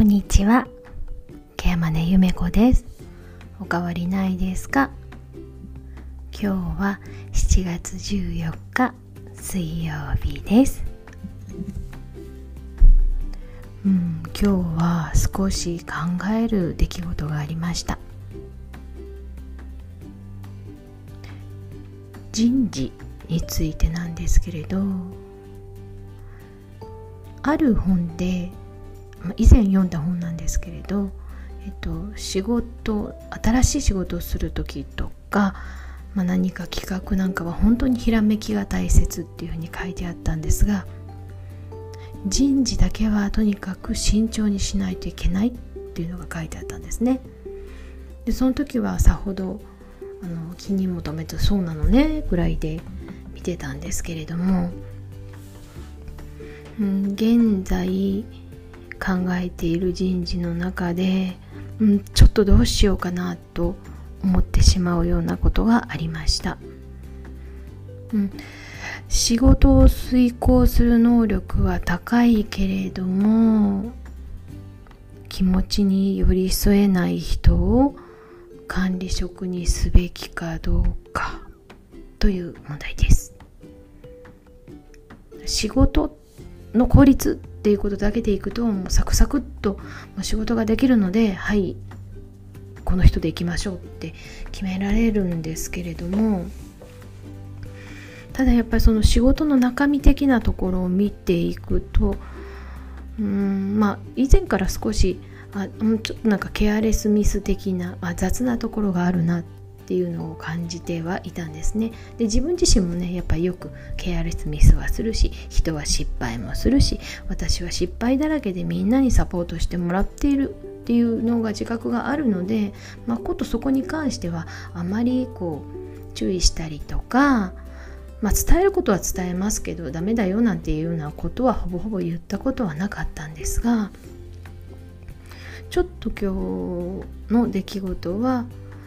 にちは、ケヤマネゆめこです。おかわりないですか？今日は7月14日水曜日です。今日は少し考える出来事がありました。人事についてなんですけれど、ある本で以前読んだ本なんですけれど、新しい仕事をする時とか、何か企画なんかは本当にひらめきが大切っていうふうに書いてあったんですが、人事だけはとにかく慎重にしないといけないっていうのが書いてあったんですね。でその時はさほど気にも留めず、そうなのねぐらいで見てたんですけれども、現在考えている人事の中で、ちょっとどうしようかなと思ってしまうようなことがありました。仕事を遂行する能力は高いけれども、気持ちに寄り添えない人を管理職にすべきかどうかという問題です。仕事の効率っていうことだけでいくと、もうサクサクっと仕事ができるので、はい、この人で行きましょうって決められるんですけれども、ただやっぱりその仕事の中身的なところを見ていくと、以前から少しちょっとなんかケアレスミス的な、雑なところがあるなっていうのを感じてはいたんですね。で自分自身もね、やっぱりよくケアレスミスはするし、人は失敗もするし、私は失敗だらけでみんなにサポートしてもらっているっていうのが自覚があるので、ことそこに関してはあまり注意したりとか、伝えることは伝えますけど、ダメだよなんていうようなことはほぼほぼ言ったことはなかったんですが、ちょっと今日の出来事は、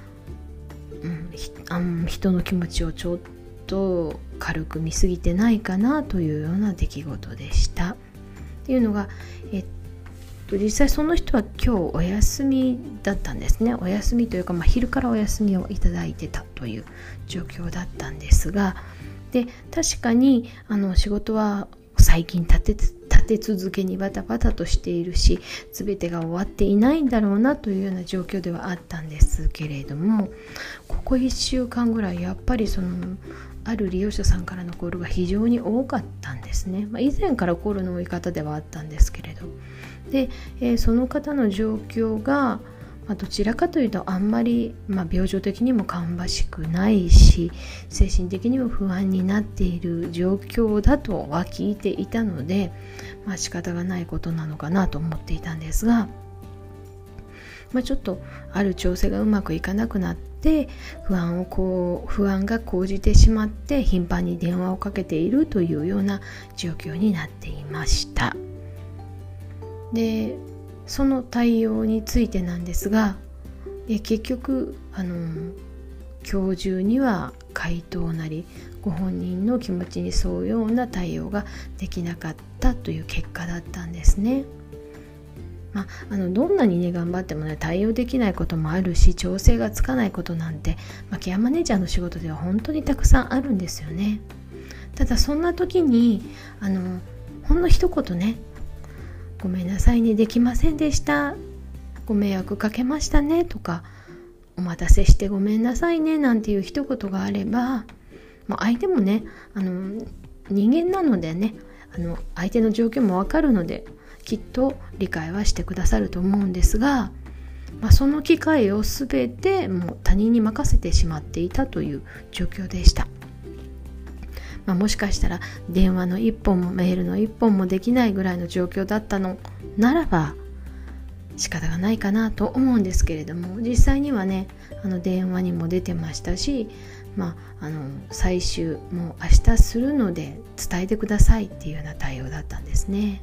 人の気持ちをちょっと軽く見すぎてないかなというような出来事でした。っていうのが、実際その人は今日お休みだったんですね。お休みというか、昼からお休みをいただいてたという状況だったんですが、で確かに仕事は最近立て続けにバタバタとしているし、全てが終わっていないんだろうなというような状況ではあったんですけれども、ここ1週間ぐらいやっぱりある利用者さんからのコールが非常に多かったんですね。以前からコールの多い方ではあったんですけれど、で、その方の状況がどちらかというとあんまり、病状的にも芳しくないし、精神的にも不安になっている状況だとは聞いていたので、仕方がないことなのかなと思っていたんですが、ちょっとある調整がうまくいかなくなって、不安が高じてしまって頻繁に電話をかけているというような状況になっていました。でその対応についてなんですが、結局今日中には回答なりご本人の気持ちに沿うような対応ができなかったという結果だったんですね。どんなにね頑張ってもね、対応できないこともあるし、調整がつかないことなんて、ケアマネージャーの仕事では本当にたくさんあるんですよね。ただそんな時にほんの一言ね、ごめんなさいね、できませんでした、ご迷惑かけましたねとか、お待たせしてごめんなさいねなんていう一言があれば、相手もね人間なのでね、相手の状況もわかるのできっと理解はしてくださると思うんですが、その機会を全てもう他人に任せてしまっていたという状況でした。もしかしたら電話の一本もメールの一本もできないぐらいの状況だったのならば仕方がないかなと思うんですけれども、実際にはね電話にも出てましたし、最終もう明日するので伝えてくださいっていうような対応だったんですね。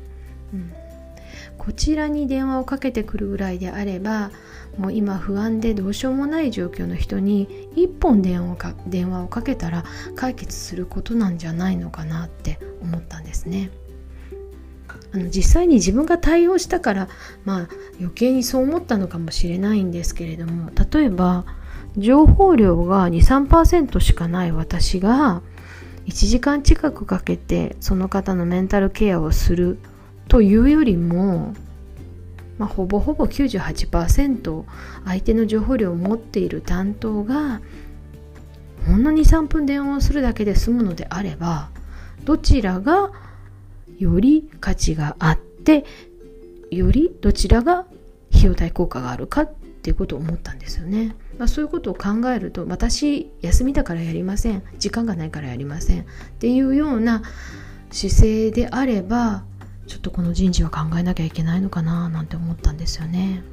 こちらに電話をかけてくるぐらいであれば、もう今不安でどうしようもない状況の人に一本電話をかけたら解決することなんじゃないのかなって思ったんですね。 実際に自分が対応したから、余計にそう思ったのかもしれないんですけれども、例えば情報量が 2,3% しかない私が1時間近くかけてその方のメンタルケアをするというよりも、ほぼほぼ 98% 相手の情報量を持っている担当がほんの 2,3 分電話をするだけで済むのであれば、どちらがより価値があって、よりどちらが費用対効果があるかっていうことを思ったんですよね。そういうことを考えると、私休みだからやりません、時間がないからやりませんっていうような姿勢であれば、ちょっとこの人事は考えなきゃいけないのかななんて思ったんですよね。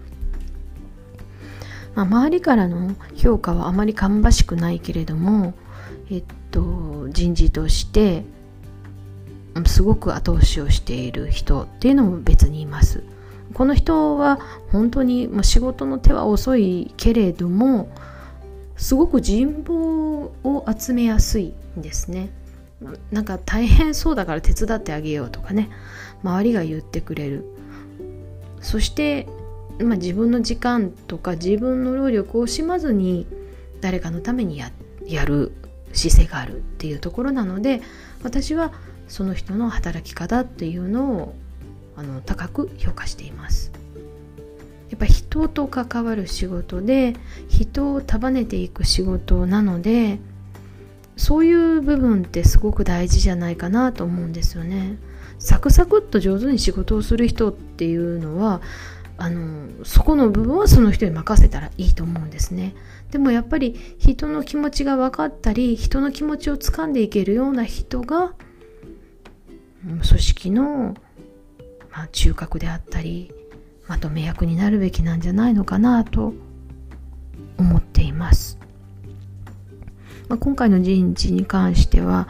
周りからの評価はあまり芳しくないけれども、人事としてすごく後押しをしている人っていうのも別にいます。この人は本当に仕事の手は遅いけれども、すごく人望を集めやすいんですね。なんか大変そうだから手伝ってあげようとかね、周りが言ってくれる。そして自分の時間とか自分の労力を惜しまずに誰かのために やる姿勢があるっていうところなので、私はその人の働き方っていうのを高く評価しています。やっぱ人と関わる仕事で人を束ねていく仕事なので、そういう部分ってすごく大事じゃないかなと思うんですよね。サクサクっと上手に仕事をする人っていうのはそこの部分はその人に任せたらいいと思うんですね。でもやっぱり人の気持ちが分かったり、人の気持ちを掴んでいけるような人が組織の中核であったりまとめ役になるべきなんじゃないのかなと思っています。今回の人事に関しては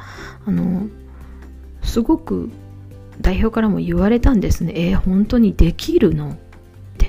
すごく代表からも言われたんですね。本当にできるのって、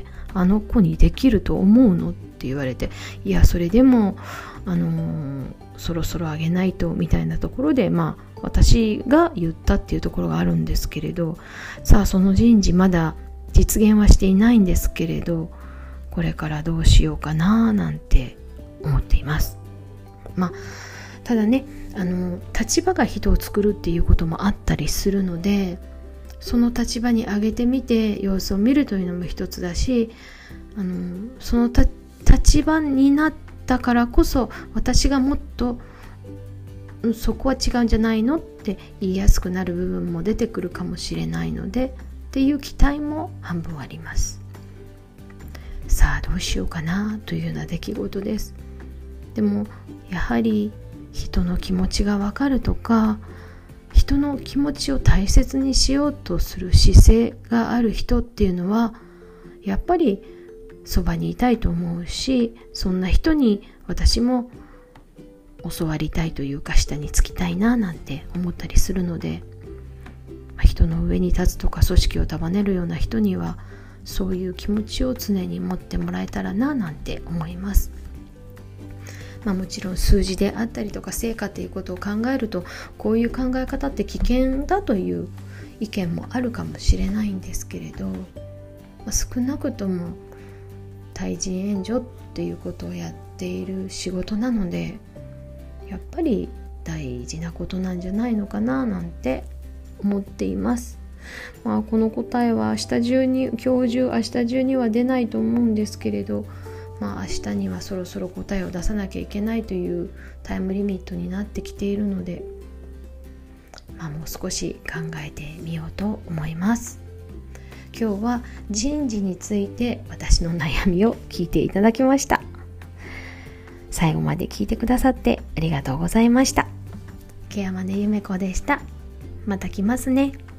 あの子にできると思うのって言われて、いやそれでもそろそろあげないとみたいなところで私が言ったっていうところがあるんですけれど、さあその人事まだ実現はしていないんですけれど、これからどうしようかななんて思っています。ただね、立場が人を作るっていうこともあったりするので、その立場に上げてみて様子を見るというのも一つだし、その立場になったからこそ私がもっとそこは違うんじゃないのって言いやすくなる部分も出てくるかもしれないのでっていう期待も半分あります。さあどうしようかなというような出来事です。でもやはり人の気持ちが分かるとか、人の気持ちを大切にしようとする姿勢がある人っていうのはやっぱりそばにいたいと思うし、そんな人に私も教わりたいというか下につきたいななんて思ったりするので、人の上に立つとか組織を束ねるような人にはそういう気持ちを常に持ってもらえたらななんて思います。もちろん数字であったりとか成果ということを考えると、こういう考え方って危険だという意見もあるかもしれないんですけれど、少なくとも対人援助っていうことをやっている仕事なので、やっぱり大事なことなんじゃないのかななんて思っています。この答えは今日中明日中には出ないと思うんですけれど、明日にはそろそろ答えを出さなきゃいけないというタイムリミットになってきているので、もう少し考えてみようと思います。今日は人事について私の悩みを聞いていただきました。最後まで聞いてくださってありがとうございました。ケアマネゆめこでした。また来ますね。